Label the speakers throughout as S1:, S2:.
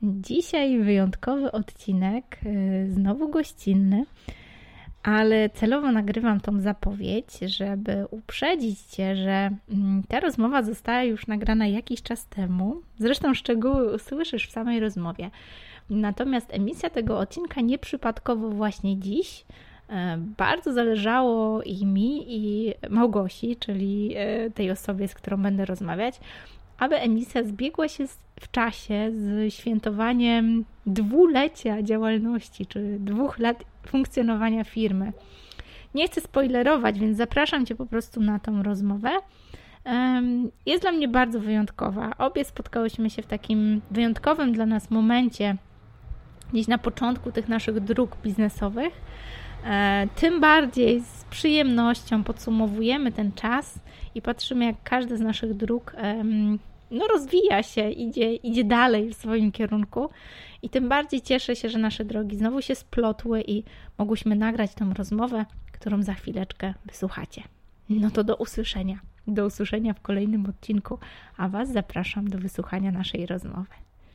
S1: Dzisiaj wyjątkowy odcinek, znowu gościnny, ale celowo nagrywam tą zapowiedź, żeby uprzedzić Cię, że ta rozmowa została już nagrana jakiś czas temu. Zresztą szczegóły usłyszysz w samej rozmowie. Natomiast emisja tego odcinka nieprzypadkowo właśnie dziś. Bardzo zależało i mi, i Małgosi, czyli tej osobie, z którą będę rozmawiać, aby emisja zbiegła się w czasie z świętowaniem 2-lecia działalności, czy 2 lat funkcjonowania firmy. Nie chcę spoilerować, więc zapraszam Cię po prostu na tą rozmowę. Jest dla mnie bardzo wyjątkowa. Obie spotkałyśmy się w takim wyjątkowym dla nas momencie, gdzieś na początku tych naszych dróg biznesowych. Tym bardziej z przyjemnością podsumowujemy ten czas i patrzymy, jak każda z naszych dróg rozwija się, idzie dalej w swoim kierunku i tym bardziej cieszę się, że nasze drogi znowu się splotły i mogłyśmy nagrać tą rozmowę, którą za chwileczkę wysłuchacie. No to do usłyszenia. Do usłyszenia w kolejnym odcinku, a Was zapraszam do wysłuchania naszej rozmowy.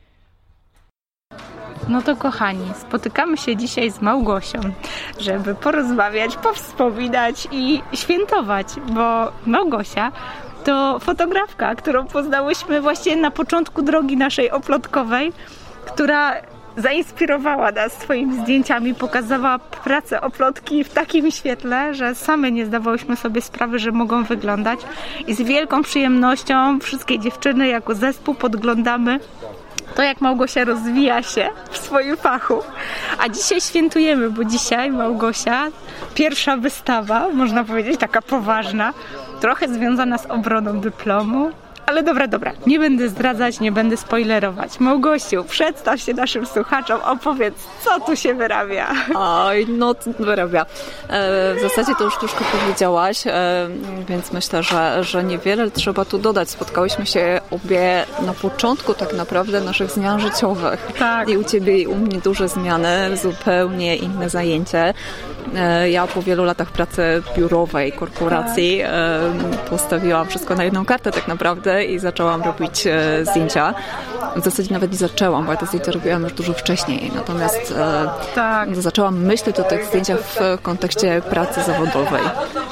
S1: No to kochani, spotykamy się dzisiaj z Małgosią, żeby porozmawiać, powspominać i świętować, bo Małgosia to fotografka, którą poznałyśmy właśnie na początku drogi naszej oplotkowej, która zainspirowała nas swoimi zdjęciami, pokazywała pracę oplotki w takim świetle, że same nie zdawałyśmy sobie sprawy, że mogą wyglądać i z wielką przyjemnością wszystkie dziewczyny jako zespół podglądamy to, jak Małgosia rozwija się w swoim fachu. A dzisiaj świętujemy, bo dzisiaj Małgosia, pierwsza wystawa, można powiedzieć, taka poważna, trochę związana z obroną dyplomu. Ale dobra, nie będę zdradzać, nie będę spoilerować. Małgosiu, przedstaw się naszym słuchaczom, opowiedz, co tu się wyrabia.
S2: Oj, no wyrabia. W zasadzie to już troszkę powiedziałaś, więc myślę, że niewiele trzeba tu dodać. Spotkałyśmy się obie na początku tak naprawdę naszych zmian życiowych.
S1: Tak.
S2: I u Ciebie i u mnie duże zmiany, zupełnie inne zajęcie. Ja po wielu latach pracy biurowej, korporacji postawiłam wszystko na jedną kartę tak naprawdę i zaczęłam robić zdjęcia. W zasadzie nawet nie zaczęłam, bo ja te zdjęcia robiłam już dużo wcześniej. Natomiast zaczęłam myśleć o tych zdjęciach w kontekście pracy zawodowej.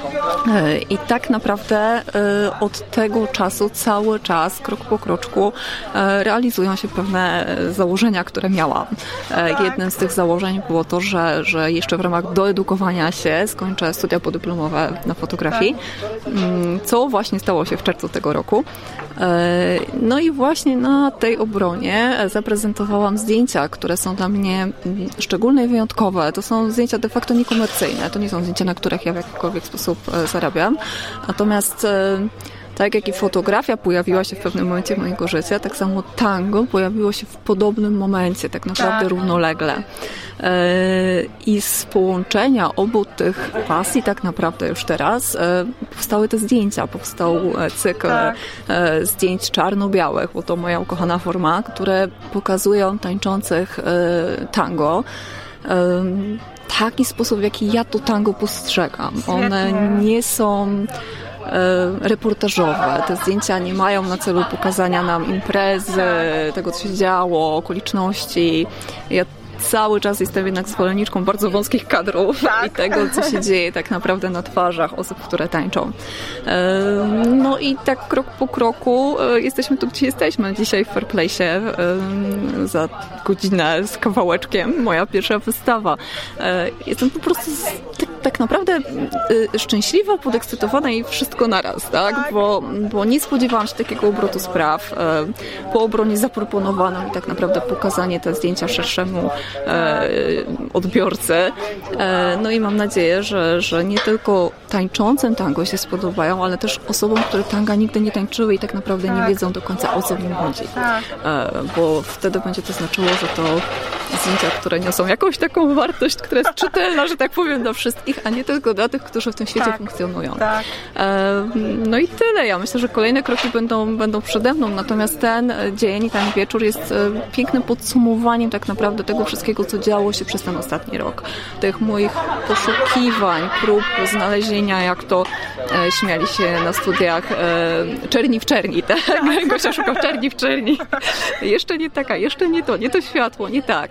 S2: I tak naprawdę od tego czasu cały czas, krok po kroczku realizują się pewne założenia, które miałam. Jednym z tych założeń było to, że jeszcze w ramach doedukowania się skończę studia podyplomowe na fotografii, co właśnie stało się w czerwcu tego roku. No i właśnie na tej obronie zaprezentowałam zdjęcia, które są dla mnie szczególne i wyjątkowe. To są zdjęcia de facto niekomercyjne. To nie są zdjęcia, na których ja w jakikolwiek sposób zarabiam. Natomiast tak jak i fotografia pojawiła się w pewnym momencie mojego życia, tak samo tango pojawiło się w podobnym momencie, tak naprawdę równolegle. I z połączenia obu tych pasji tak naprawdę już teraz powstały te zdjęcia. Powstał cykl zdjęć czarno-białych, bo to moja ukochana forma, które pokazują tańczących tango. Taki sposób, w jaki ja to tango postrzegam. One nie są reportażowe. Te zdjęcia nie mają na celu pokazania nam imprezy, tego, co się działo, okoliczności. Ja cały czas jestem jednak zwolenniczką bardzo wąskich kadrów i tego, co się dzieje tak naprawdę na twarzach osób, które tańczą. No i tak krok po kroku jesteśmy tu, gdzie jesteśmy. Dzisiaj w Fairplace'ie za godzinę z kawałeczkiem moja pierwsza wystawa. Jestem po prostu tak naprawdę szczęśliwa, podekscytowana i wszystko naraz, tak? Bo nie spodziewałam się takiego obrotu spraw. Po obronie zaproponowano mi tak naprawdę pokazanie te zdjęcia szerszemu odbiorcy. No i mam nadzieję, że nie tylko tańczącym tango się spodobają, ale też osobom, które tanga nigdy nie tańczyły i tak naprawdę nie wiedzą do końca, o co w nim chodzi. Bo wtedy będzie to znaczyło, że to zdjęcia, które niosą jakąś taką wartość, która jest czytelna, że tak powiem, dla wszystkich, a nie tylko dla tych, którzy w tym świecie funkcjonują.
S3: Tak.
S2: No i tyle. Ja myślę, że kolejne kroki będą przede mną, natomiast ten dzień i ten wieczór jest pięknym podsumowaniem tak naprawdę tego wszystkiego, co działo się przez ten ostatni rok. Tych moich poszukiwań, prób znalezienia, jak to śmiali się na studiach, czerni w czerni, tak? Gosia szuka czerni w czerni. Jeszcze nie taka, jeszcze nie to światło, nie tak.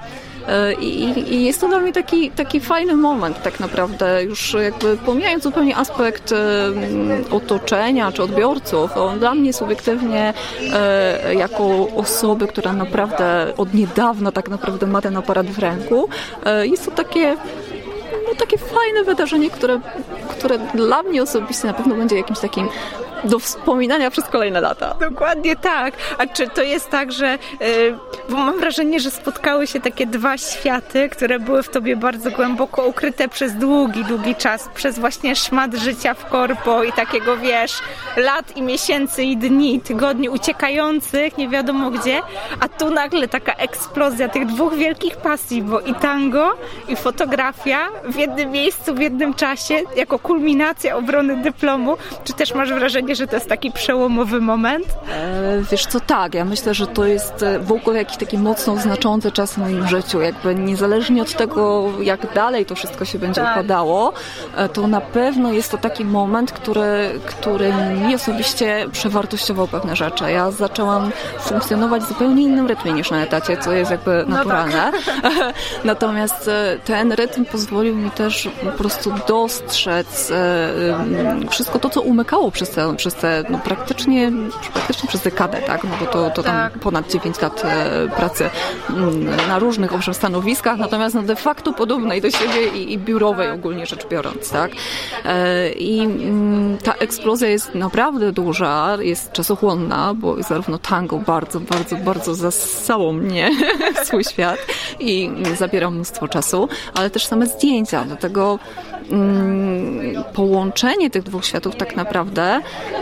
S2: I jest to dla mnie taki fajny moment tak naprawdę, już jakby pomijając zupełnie aspekt otoczenia czy odbiorców, on dla mnie subiektywnie jako osoby, która naprawdę od niedawna tak naprawdę ma ten aparat w ręku, jest to takie fajne wydarzenie, które dla mnie osobiście na pewno będzie jakimś takim do wspominania przez kolejne lata.
S3: Dokładnie tak. A czy to jest tak, że bo mam wrażenie, że spotkały się takie dwa światy, które były w tobie bardzo głęboko ukryte przez długi czas, przez właśnie szmat życia w korpo i takiego, wiesz, lat i miesięcy i dni, tygodni uciekających nie wiadomo gdzie, a tu nagle taka eksplozja tych dwóch wielkich pasji, bo i tango, i fotografia w jednym miejscu, w jednym czasie, jako kulminacja obrony dyplomu. Czy też masz wrażenie, że to jest taki przełomowy moment?
S2: Wiesz co, tak. Ja myślę, że to jest w ogóle jakiś taki mocno znaczący czas w moim życiu. Jakby niezależnie od tego, jak dalej to wszystko się będzie układało, to na pewno jest to taki moment, który mi osobiście przewartościował pewne rzeczy. Ja zaczęłam funkcjonować w zupełnie innym rytmie niż na etacie, co jest jakby naturalne. Tak. Natomiast ten rytm pozwolił mi też po prostu dostrzec wszystko to, co umykało przez te praktycznie przez dekadę, tak? No bo to tam ponad 9 lat pracy na różnych owszem stanowiskach, natomiast de facto podobnej do siebie i biurowej ogólnie rzecz biorąc, tak? I ta eksplozja jest naprawdę duża, jest czasochłonna, bo zarówno tango bardzo zassało mnie w swój świat i zabiera mnóstwo czasu, ale też same zdjęcia, dlatego połączenie tych dwóch światów tak naprawdę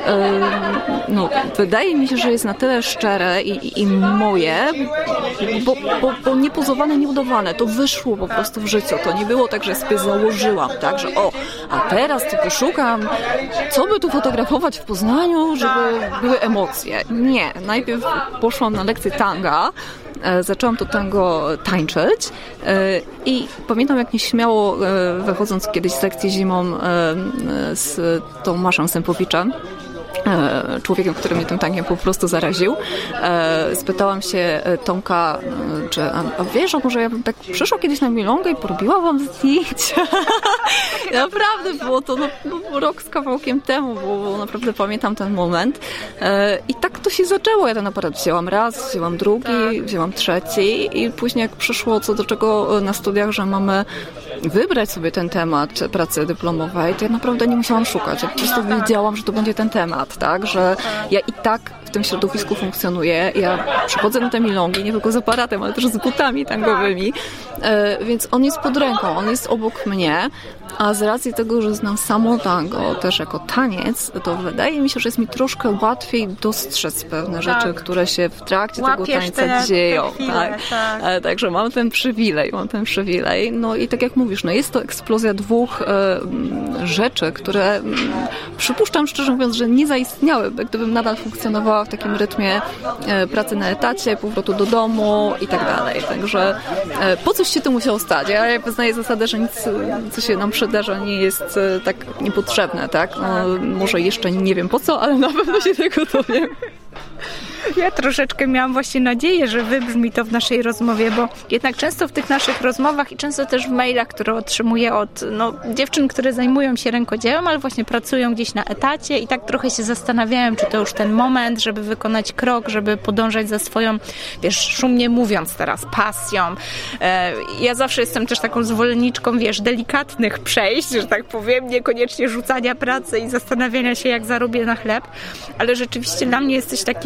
S2: wydaje mi się, że jest na tyle szczere i moje, bo nie pozowane, nie udawane. To wyszło po prostu w życiu. To nie było tak, że sobie założyłam, tak, że a teraz to poszukam, co by tu fotografować w Poznaniu, żeby były emocje. Nie. Najpierw poszłam na lekcję tanga, zaczęłam to tango tańczyć i pamiętam, jak nieśmiało wychodząc kiedyś z lekcji zimą z Tomaszem Sępowiczem, człowiekiem, który mnie tym tangiem po prostu zaraził. Spytałam się Tomka, a wiesz, a może ja bym tak przyszła kiedyś na milongę i porobiła wam zdjęcia. Naprawdę było to rok z kawałkiem temu, bo naprawdę pamiętam ten moment. I tak to się zaczęło. Ja ten aparat wzięłam raz, wzięłam drugi, wzięłam trzeci i później jak przyszło co do czego na studiach, że mamy wybrać sobie ten temat pracy dyplomowej, to ja naprawdę nie musiałam szukać. Ja po prostu wiedziałam, że to będzie ten temat, tak? Że ja i tak w tym środowisku funkcjonuję. Ja przychodzę na te milongi, nie tylko z aparatem, ale też z butami tangowymi. Więc on jest pod ręką, on jest obok mnie, a z racji tego, że znam samo tango też jako taniec, to wydaje mi się, że jest mi troszkę łatwiej dostrzec pewne rzeczy, które się w trakcie tego tańca dzieją. Także mam ten przywilej. No i tak jak mówisz, jest to eksplozja dwóch rzeczy, które przypuszczam szczerze mówiąc, że nie zaistniałyby, gdybym nadal funkcjonowała w takim rytmie pracy na etacie, powrotu do domu i tak dalej. Także po coś się to musiało stać. Ja wyznaję zasadę, że nic, co się nam przydarza, nie jest tak niepotrzebne, tak? Może jeszcze nie wiem po co, ale na pewno się tego dowiem.
S3: Ja troszeczkę miałam właśnie nadzieję, że wybrzmi to w naszej rozmowie, bo jednak często w tych naszych rozmowach i często też w mailach, które otrzymuję od dziewczyn, które zajmują się rękodziełem, ale właśnie pracują gdzieś na etacie i tak trochę się zastanawiałem, czy to już ten moment, żeby wykonać krok, żeby podążać za swoją, wiesz, szumnie mówiąc teraz, pasją. Ja zawsze jestem też taką zwolenniczką, wiesz, delikatnych przejść, że tak powiem, niekoniecznie rzucania pracy i zastanawiania się, jak zarobię na chleb, ale rzeczywiście dla mnie jesteś takim totalnym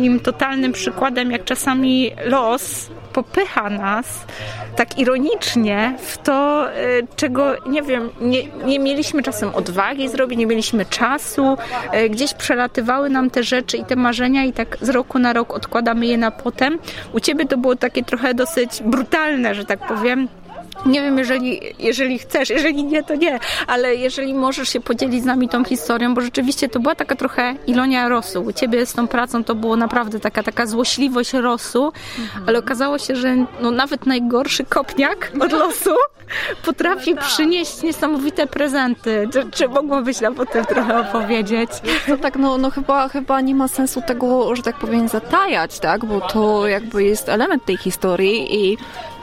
S3: brutalnym przykładem, jak czasami los popycha nas tak ironicznie w to, czego, nie wiem, nie mieliśmy czasem odwagi zrobić, nie mieliśmy czasu, gdzieś przelatywały nam te rzeczy i te marzenia i tak z roku na rok odkładamy je na potem. U ciebie to było takie trochę dosyć brutalne, że tak powiem. Nie wiem, jeżeli chcesz, jeżeli nie, to nie, ale jeżeli możesz się podzielić z nami tą historią, bo rzeczywiście to była taka trochę ironia losu. U ciebie z tą pracą to było naprawdę taka złośliwość losu, ale okazało się, że no, nawet najgorszy kopniak od losu potrafi przynieść niesamowite prezenty. Czy mogłabyś nam o tym trochę opowiedzieć?
S2: To tak, no chyba nie ma sensu tego, że tak powiem, zatajać, tak? Bo to jakby jest element tej historii i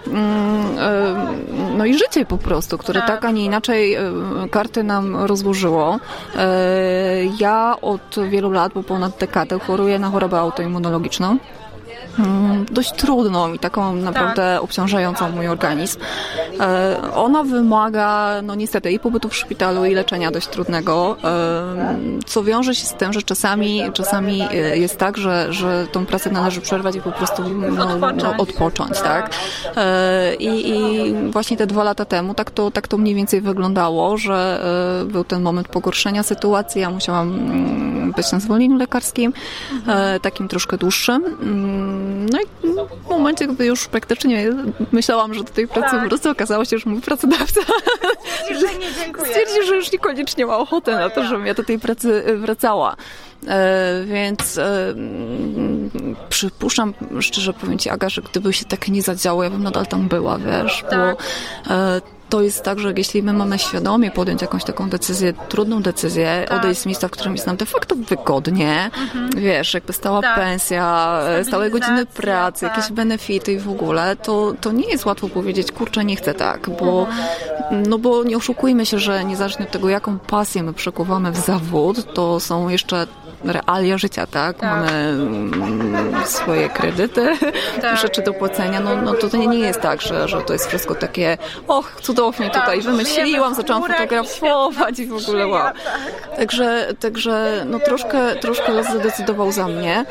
S2: no i życie po prostu, które tak, a nie inaczej karty nam rozłożyło. Ja od wielu lat, bo ponad dekadę choruję na chorobę autoimmunologiczną. Dość trudną i taką naprawdę obciążającą mój organizm. Ona wymaga, no niestety, i pobytu w szpitalu, i leczenia dość trudnego, co wiąże się z tym, że czasami jest tak, że tą pracę należy przerwać i po prostu odpocząć, tak? I właśnie te 2 lata temu tak to mniej więcej wyglądało, że był ten moment pogorszenia sytuacji, ja musiałam być na zwolnieniu lekarskim, takim troszkę dłuższym. No i w momencie, gdy już praktycznie myślałam, że do tej pracy wrócę, okazało się, że mój pracodawca stwierdził, że już niekoniecznie ma ochotę na to, żebym ja do tej pracy wracała. Więc przypuszczam, szczerze powiem Ci, Aga, że gdyby się tak nie zadziało, ja bym nadal tam była, wiesz, bo to jest tak, że jeśli my mamy świadomie podjąć jakąś taką decyzję, trudną decyzję, odejść z miejsca, w którym jest nam de facto wygodnie, wiesz, jakby stała pensja, stałe godziny pracy, jakieś benefity i w ogóle, to nie jest łatwo powiedzieć, kurczę, nie chcę tak, bo nie oszukujmy się, że niezależnie od tego, jaką pasję my przekuwamy w zawód, to są jeszcze realia życia, tak? Mamy swoje kredyty, rzeczy do płacenia, no to nie jest tak, że to jest wszystko takie, cudownie tutaj wymyśliłam, zaczęłam fotografować i w ogóle wow. Także no troszkę los zadecydował za mnie.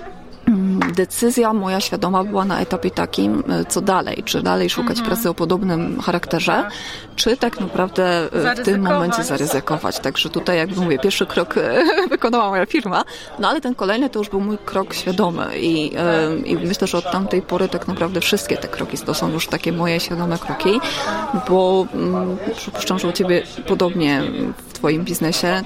S2: Decyzja moja świadoma była na etapie takim, co dalej. Czy dalej szukać pracy o podobnym charakterze, czy tak naprawdę w tym momencie zaryzykować. Także tutaj, jakby mówię, pierwszy krok wykonała moja firma, no ale ten kolejny to już był mój krok świadomy i myślę, że od tamtej pory tak naprawdę wszystkie te kroki to są już takie moje świadome kroki, bo przypuszczam, że u Ciebie podobnie w Twoim biznesie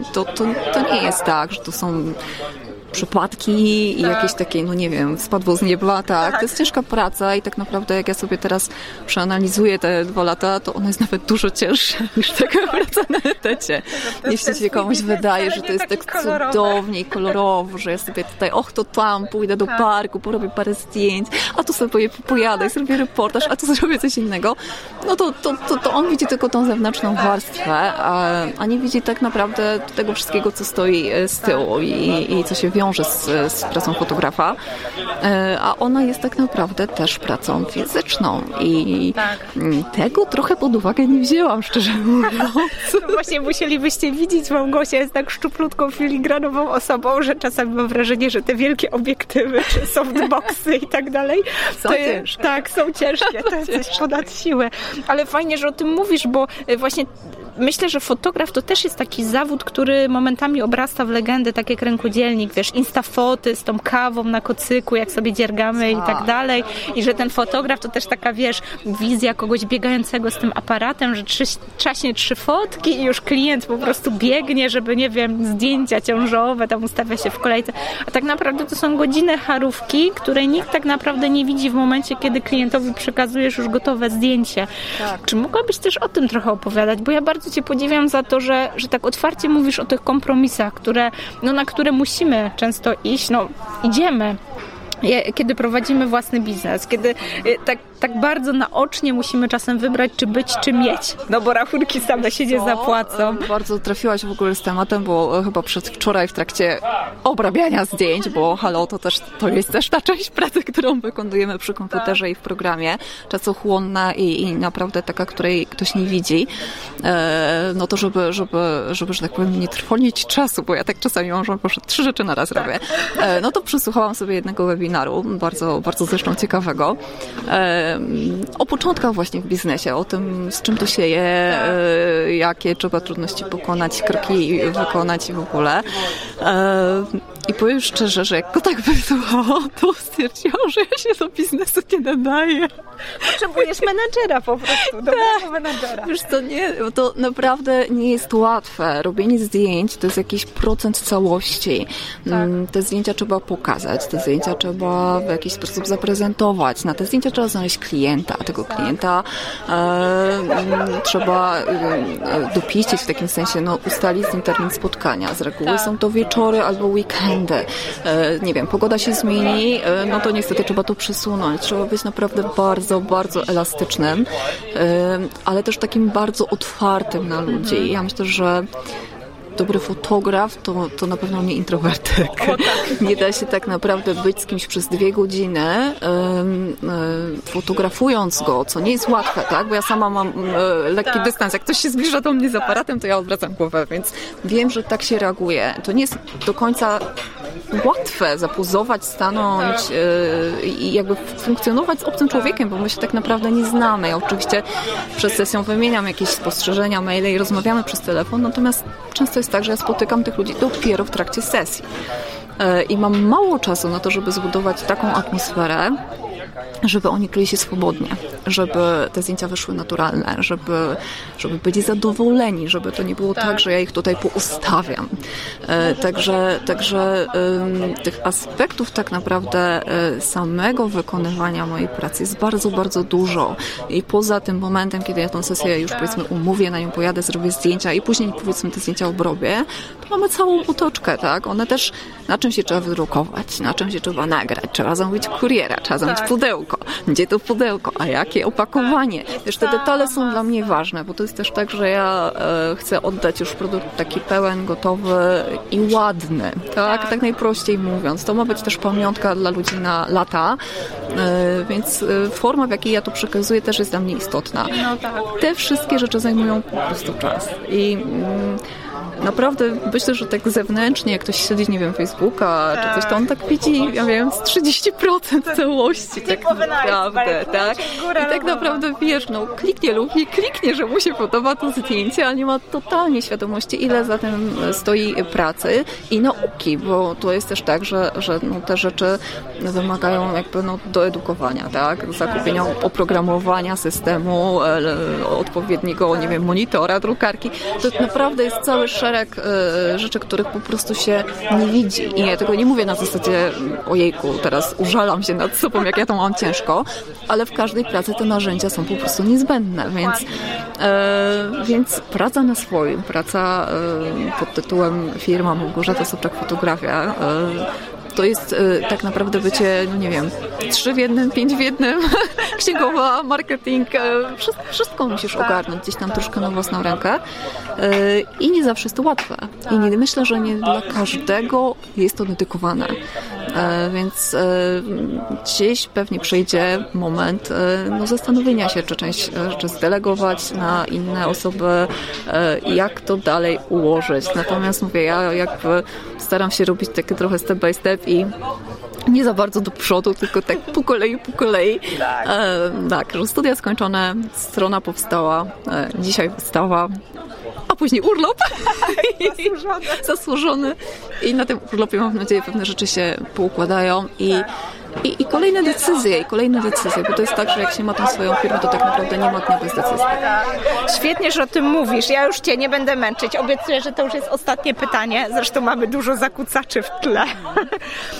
S2: to nie jest tak, że to są przypadki i jakieś takie, no nie wiem, spadło z nieba, tak. To jest ciężka praca i tak naprawdę jak ja sobie teraz przeanalizuję te 2 lata, to ona jest nawet dużo cięższa niż taka praca na etecie. Jeśli się komuś wydaje, że to jest tak cudownie i kolorowo, że ja sobie tutaj, to tam, pójdę do parku, porobię parę zdjęć, a tu sobie pojadę i zrobię reportaż, a tu zrobię coś innego, no to on widzi tylko tą zewnętrzną warstwę, a nie widzi tak naprawdę tego wszystkiego, co stoi z tyłu i co się wiąże z pracą fotografa, a ona jest tak naprawdę też pracą fizyczną i tego trochę pod uwagę nie wzięłam, szczerze mówiąc.
S3: Właśnie musielibyście widzieć, Małgosia jest tak szczuplutką, filigranową osobą, że czasami mam wrażenie, że te wielkie obiektywy, czy softboxy i tak dalej,
S2: ciężkie.
S3: Tak, są ciężkie, to jest coś ponad siłę. Ale fajnie, że o tym mówisz, bo właśnie myślę, że fotograf to też jest taki zawód, który momentami obrasta w legendę, tak jak rękodzielnik, wiesz, instafoty z tą kawą na kocyku, jak sobie dziergamy i tak dalej. I że ten fotograf to też taka, wiesz, wizja kogoś biegającego z tym aparatem, że trzaśnie 3 fotki i już klient po prostu biegnie, żeby, nie wiem, zdjęcia ciążowe, tam ustawia się w kolejce. A tak naprawdę to są godziny charówki, które nikt tak naprawdę nie widzi w momencie, kiedy klientowi przekazujesz już gotowe zdjęcie. Tak. Czy mogłabyś też o tym trochę opowiadać? Bo ja bardzo Cię podziwiam za to, że tak otwarcie mówisz o tych kompromisach, na które musimy często iść. Idziemy. Kiedy prowadzimy własny biznes, kiedy tak tak bardzo naocznie musimy czasem wybrać, czy być, czy mieć. No bo rachunki same się nie zapłacą.
S2: Bardzo trafiłaś w ogóle z tematem, bo chyba przedwczoraj w trakcie obrabiania zdjęć, bo to jest też ta część pracy, którą wykonujemy przy komputerze i w programie, czasochłonna i naprawdę taka, której ktoś nie widzi. No to żeby, że tak powiem, nie trwonić czasu, bo ja tak czasami mam, że 3 rzeczy na raz robię. No to przysłuchałam sobie jednego webinaru, bardzo, bardzo zresztą ciekawego, o początkach właśnie w biznesie, o tym, z czym to się je, jakie trzeba trudności pokonać, kroki wykonać i w ogóle. I powiem szczerze, że jak go tak wysłuchałam, to stwierdziłam, że ja się do biznesu nie nadaję.
S3: Potrzebujesz menadżera po prostu, dobrego menadżera.
S2: Wiesz co, to naprawdę nie jest łatwe. Robienie zdjęć to jest jakiś procent całości. Tak. Te zdjęcia trzeba pokazać, te zdjęcia trzeba w jakiś sposób zaprezentować. Na te zdjęcia trzeba znaleźć klienta. Tego klienta trzeba dopieścić w takim sensie, ustalić z nim termin spotkania. Z reguły są to wieczory albo weekendy. Nie wiem, pogoda się zmieni, no to niestety trzeba to przesunąć. Trzeba być naprawdę bardzo, bardzo elastycznym, ale też takim bardzo otwartym na ludzi. Ja myślę, że dobry fotograf to na pewno nie introwertyk. Nie da się tak naprawdę być z kimś przez 2 godziny, fotografując go, co nie jest łatwe, tak? Bo ja sama mam lekki dystans. Jak ktoś się zbliża do mnie z aparatem, to ja odwracam głowę, więc wiem, że tak się reaguje. To nie jest do końca łatwe zapozować, stanąć i jakby funkcjonować z obcym człowiekiem, bo my się tak naprawdę nie znamy. Ja oczywiście przed sesją wymieniam jakieś spostrzeżenia, maile i rozmawiamy przez telefon, natomiast często jest tak, że ja spotykam tych ludzi dopiero w trakcie sesji. I mam mało czasu na to, żeby zbudować taką atmosferę, żeby oni czuli się swobodnie, żeby te zdjęcia wyszły naturalne, żeby byli zadowoleni, żeby to nie było tak, że ja ich tutaj poustawiam. Także tych aspektów tak naprawdę samego wykonywania mojej pracy jest bardzo, bardzo dużo. I poza tym momentem, kiedy ja tę sesję już powiedzmy umówię, na nią pojadę, zrobię zdjęcia i później powiedzmy te zdjęcia obrobię, to mamy całą otoczkę, tak? One też, na czym się trzeba wydrukować, na czym się trzeba nagrać, trzeba zamówić kuriera, trzeba zamówić pudełko. Gdzie to pudełko, a jakie opakowanie. Wiesz, te detale są dla mnie ważne, bo to jest też tak, że ja chcę oddać już produkt taki pełen, gotowy i ładny. Tak najprościej mówiąc. To ma być też pamiątka dla ludzi na lata, więc forma, w jakiej ja to przekazuję, też jest dla mnie istotna. Te wszystkie rzeczy zajmują po prostu czas. I naprawdę myślę, że tak zewnętrznie, jak ktoś śledzi, nie wiem, Facebooka czy coś, to on tak widzi, ja wiem, z 30% całości tak naprawdę, tak? I tak naprawdę wiesz, kliknie lub nie kliknie, że mu się podoba to zdjęcie, ale nie ma totalnie świadomości, ile za tym stoi pracy i nauki, bo to jest też tak, że te rzeczy wymagają jakby doedukowania, tak? Zakupienia oprogramowania systemu, odpowiedniego, nie wiem, monitora, drukarki. To naprawdę jest cały szereg rzeczy, których po prostu się nie widzi. I ja tego nie mówię na zasadzie ojejku, teraz użalam się nad sobą, jak ja to mam ciężko, ale w każdej pracy te narzędzia są po prostu niezbędne, więc praca na swoim, praca pod tytułem firma Małgorzata Sobczak Fotografia, to jest tak naprawdę bycie, 3 w 1, 5 w 1, księgowa, marketing, wszystko musisz ogarnąć gdzieś tam troszkę na własną rękę i nie zawsze jest to łatwe. I nie myślę, że nie dla każdego jest to dedykowane. Więc gdzieś pewnie przyjdzie moment zastanowienia się, czy część rzeczy zdelegować na inne osoby, jak to dalej ułożyć. Natomiast mówię, ja jakby staram się robić takie trochę step by step i nie za bardzo do przodu, tylko tak po kolei. Tak, że studia skończone, strona powstała, dzisiaj wystawa, a później urlop zasłużony i na tym urlopie mam nadzieję pewne rzeczy się poukładają i kolejne decyzje, bo to jest tak, że jak się ma tą swoją firmę, to tak naprawdę nie ma dnia bez decyzji.
S3: Świetnie, że o tym mówisz. Ja już Cię nie będę męczyć. Obiecuję, że to już jest ostatnie pytanie. Zresztą mamy dużo zakłócaczy w tle. W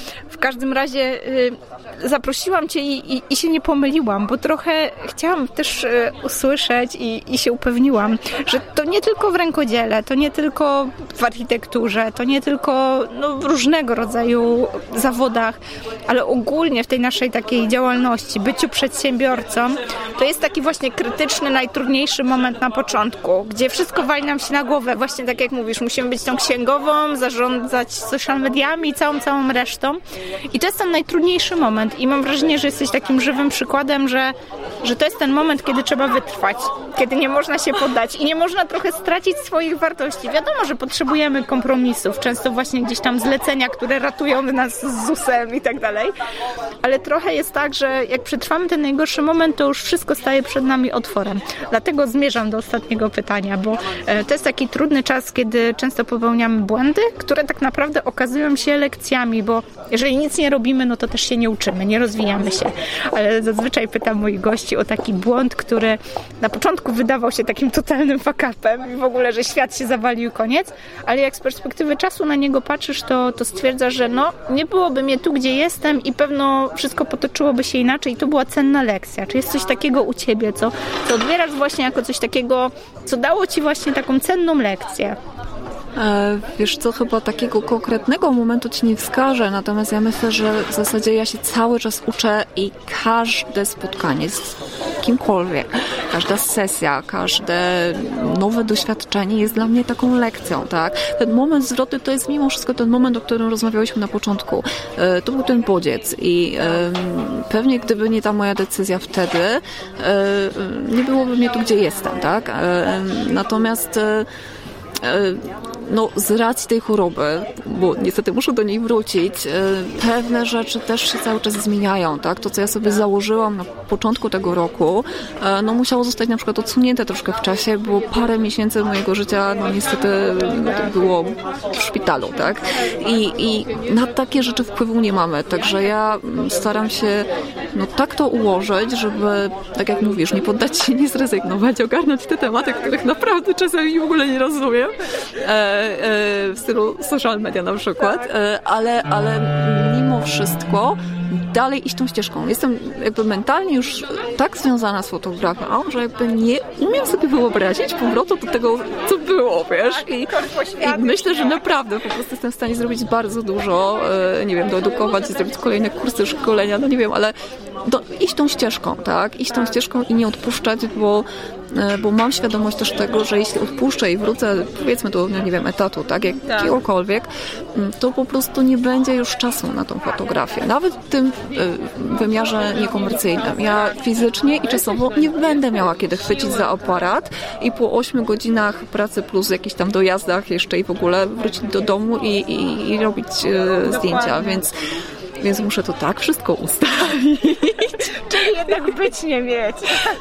S3: każdym razie zaprosiłam Cię i się nie pomyliłam, bo trochę chciałam też usłyszeć i się upewniłam, że to nie tylko w rękodziele, to nie tylko w architekturze, to nie tylko w różnego rodzaju zawodach, ale ogólnie w tej naszej takiej działalności, byciu przedsiębiorcą, to jest taki właśnie krytyczny, najtrudniejszy moment na początku, gdzie wszystko wali nam się na głowę. Właśnie tak jak mówisz, musimy być tą księgową, zarządzać social mediami i całą resztą. I to jest ten najtrudniejszy moment. I mam wrażenie, że jesteś takim żywym przykładem, że to jest ten moment, kiedy trzeba wytrwać, kiedy nie można się poddać i nie można trochę stracić swoich wartości. Wiadomo, że potrzebujemy kompromisów, często właśnie gdzieś tam zlecenia, które ratują nas z ZUS-em i tak dalej, ale trochę jest tak, że jak przetrwamy ten najgorszy moment, to już wszystko staje przed nami otworem. Dlatego zmierzam do ostatniego pytania, bo to jest taki trudny czas, kiedy często popełniamy błędy, które tak naprawdę okazują się lekcjami, bo jeżeli nic nie robimy, no to też się nie uczymy, nie rozwijamy się. Ale zazwyczaj pytam moich gości o taki błąd, który na początku wydawał się takim totalnym fuck-upem i w ogóle, że świat się zawalił, koniec, ale jak z perspektywy czasu na niego patrzysz, to stwierdzasz, że nie byłoby mnie tu, gdzie jestem i pewno wszystko potoczyłoby się inaczej i to była cenna lekcja. Czy jest coś takiego u Ciebie, co odbierasz właśnie jako coś takiego, co dało Ci właśnie taką cenną lekcję?
S2: Wiesz co, chyba takiego konkretnego momentu Ci nie wskażę, natomiast ja myślę, że w zasadzie ja się cały czas uczę i każde spotkanie z kimkolwiek, każda sesja, każde nowe doświadczenie jest dla mnie taką lekcją, tak? Ten moment zwrotny to jest mimo wszystko ten moment, o którym rozmawiałyśmy na początku. To był ten bodziec i pewnie gdyby nie ta moja decyzja wtedy, nie byłoby mnie tu, gdzie jestem, tak? Natomiast z racji tej choroby, bo niestety muszę do niej wrócić, pewne rzeczy też się cały czas zmieniają, tak? To, co ja sobie założyłam na początku tego roku, musiało zostać na przykład odsunięte troszkę w czasie, bo parę miesięcy mojego życia, niestety było w szpitalu, tak? I na takie rzeczy wpływu nie mamy, także ja staram się tak to ułożyć, żeby, tak jak mówisz, nie poddać się, nie zrezygnować, ogarnąć te tematy, których naprawdę czasami w ogóle nie rozumiem, w stylu social media na przykład, ale mimo wszystko dalej iść tą ścieżką. Jestem jakby mentalnie już tak związana z fotografią, że jakby nie umiem sobie wyobrazić powrotu do tego, co było, wiesz? I myślę, że naprawdę po prostu jestem w stanie zrobić bardzo dużo, nie wiem, doedukować, zrobić kolejne kursy, szkolenia, nie wiem, ale iść tą ścieżką, tak? Iść tą ścieżką i nie odpuszczać, bo mam świadomość też tego, że jeśli odpuszczę i wrócę, powiedzmy do, nie wiem, etatu, tak, jakiegokolwiek, to po prostu nie będzie już czasu na tą fotografię. Nawet w tym wymiarze niekomercyjnym. Ja fizycznie i czasowo nie będę miała kiedy chwycić za aparat i po 8 godzinach pracy plus jakichś tam dojazdach jeszcze i w ogóle wrócić do domu i robić zdjęcia, więc muszę to tak wszystko ustawić.
S3: Czyli jednak być, nie mieć.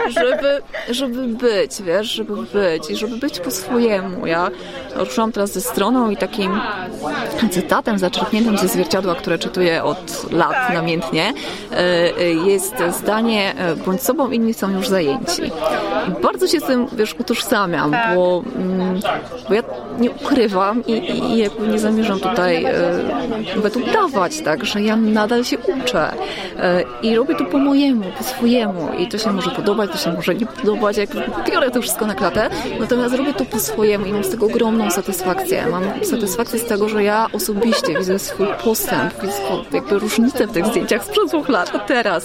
S2: Żeby być, wiesz, żeby być po swojemu. Ja ruszyłam teraz ze stroną i takim cytatem zaczerpniętym ze zwierciadła, które czytuję od lat namiętnie, jest zdanie: bądź sobą, inni są już zajęci. I bardzo się z tym, wiesz, utożsamiam, bo ja nie ukrywam i jakby nie zamierzam tutaj nawet udawać, tak, że ja nadal się uczę i robię to po mojemu, po swojemu i to się może podobać, to się może nie podobać, jak biorę to wszystko na klatę, natomiast robię to po swojemu i mam z tego ogromną satysfakcję. Mam satysfakcję z tego, że ja osobiście widzę swój postęp, widzę jakby różnicę w tych zdjęciach sprzed 2 lat, a teraz.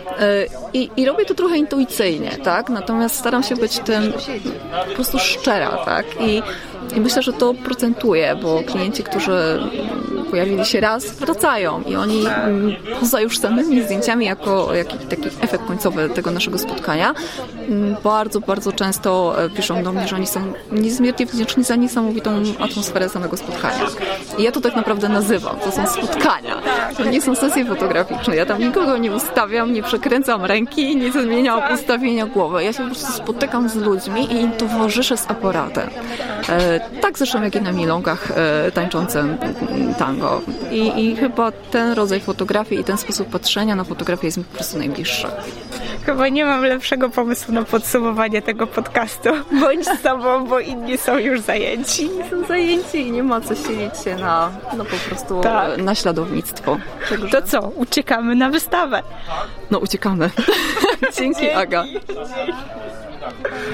S2: I robię to trochę intuicyjnie, tak? Natomiast staram się być tym po prostu szczera, tak? I myślę, że to procentuje, bo klienci, którzy pojawili się raz, wracają i oni poza już samymi zdjęciami jako taki efekt końcowy tego naszego spotkania bardzo, bardzo często piszą do mnie, że oni są niezmiernie wdzięczni za niesamowitą atmosferę samego spotkania. I ja to tak naprawdę nazywam. To są spotkania. To nie są sesje fotograficzne. Ja tam nikogo nie ustawiam, nie przekręcam ręki, nie zmieniam ustawienia głowy. Ja się po prostu spotykam z ludźmi i im towarzyszę z aparatem. Tak zresztą jak i na milongach tańczącym tango. tego. I chyba ten rodzaj fotografii i ten sposób patrzenia na fotografię jest mi po prostu najbliższy.
S3: Chyba nie mam lepszego pomysłu na podsumowanie tego podcastu. Bądź z sobą, bo inni są już zajęci.
S2: Inni są zajęci i nie ma co siedzieć się na po prostu naśladownictwo. Także...
S3: To co? Uciekamy na wystawę.
S2: No uciekamy. Dzięki, Aga.